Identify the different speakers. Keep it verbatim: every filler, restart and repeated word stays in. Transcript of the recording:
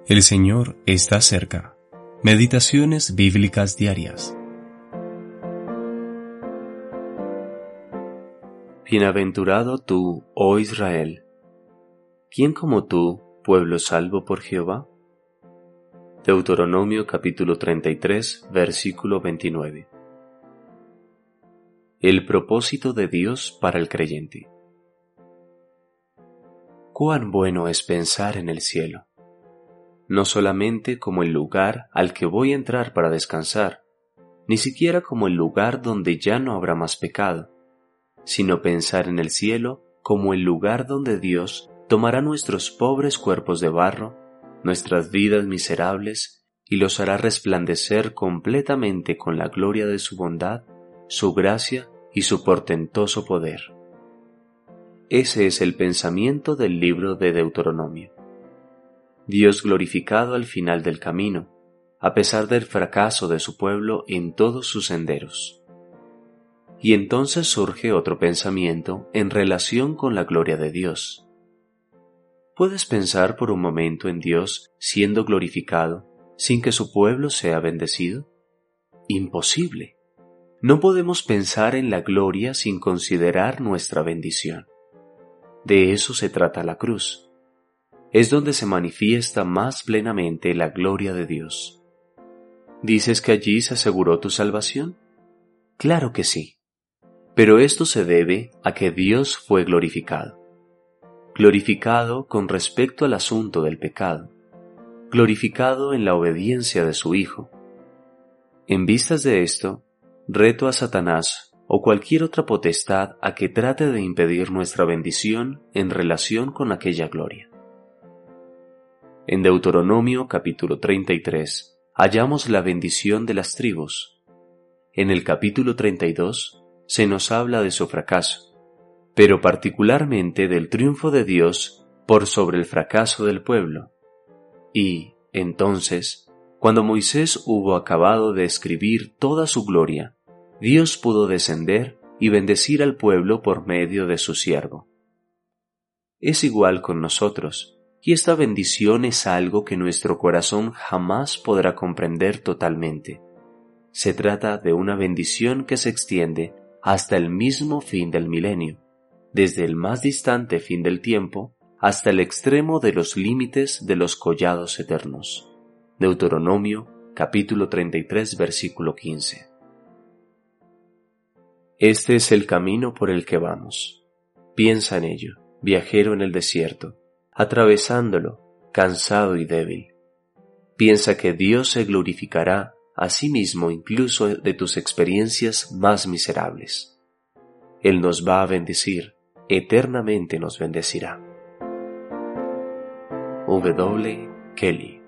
Speaker 1: El Señor está cerca. Meditaciones bíblicas diarias.
Speaker 2: Bienaventurado tú, oh Israel. ¿Quién como tú, pueblo salvo por Jehová? Deuteronomio capítulo treinta y tres, versículo veintinueve. El propósito de Dios para el creyente. Cuán bueno es pensar en el cielo, no solamente como el lugar al que voy a entrar para descansar, ni siquiera como el lugar donde ya no habrá más pecado, sino pensar en el cielo como el lugar donde Dios tomará nuestros pobres cuerpos de barro, nuestras vidas miserables, y los hará resplandecer completamente con la gloria de su bondad, su gracia y su portentoso poder. Ese es el pensamiento del libro de Deuteronomio. Dios glorificado al final del camino, a pesar del fracaso de su pueblo en todos sus senderos. Y entonces surge otro pensamiento en relación con la gloria de Dios. ¿Puedes pensar por un momento en Dios siendo glorificado sin que su pueblo sea bendecido? Imposible. No podemos pensar en la gloria sin considerar nuestra bendición. De eso se trata la cruz. Es donde se manifiesta más plenamente la gloria de Dios. ¿Dices que allí se aseguró tu salvación? Claro que sí. Pero esto se debe a que Dios fue glorificado. Glorificado con respecto al asunto del pecado. Glorificado en la obediencia de su Hijo. En vistas de esto, reto a Satanás o cualquier otra potestad a que trate de impedir nuestra bendición en relación con aquella gloria. En Deuteronomio capítulo treinta y tres hallamos la bendición de las tribus. En el capítulo treinta y dos se nos habla de su fracaso, pero particularmente del triunfo de Dios por sobre el fracaso del pueblo. Y, entonces, cuando Moisés hubo acabado de escribir toda su gloria, Dios pudo descender y bendecir al pueblo por medio de su siervo. Es igual con nosotros. Y esta bendición es algo que nuestro corazón jamás podrá comprender totalmente. Se trata de una bendición que se extiende hasta el mismo fin del milenio, desde el más distante fin del tiempo hasta el extremo de los límites de los collados eternos. Deuteronomio capítulo treinta y tres versículo quince. Este es el camino por el que vamos. Piensa en ello, viajero en el desierto, atravesándolo, cansado y débil. Piensa que Dios se glorificará a sí mismo incluso de tus experiencias más miserables. Él nos va a bendecir, eternamente nos bendecirá. W. Kelly.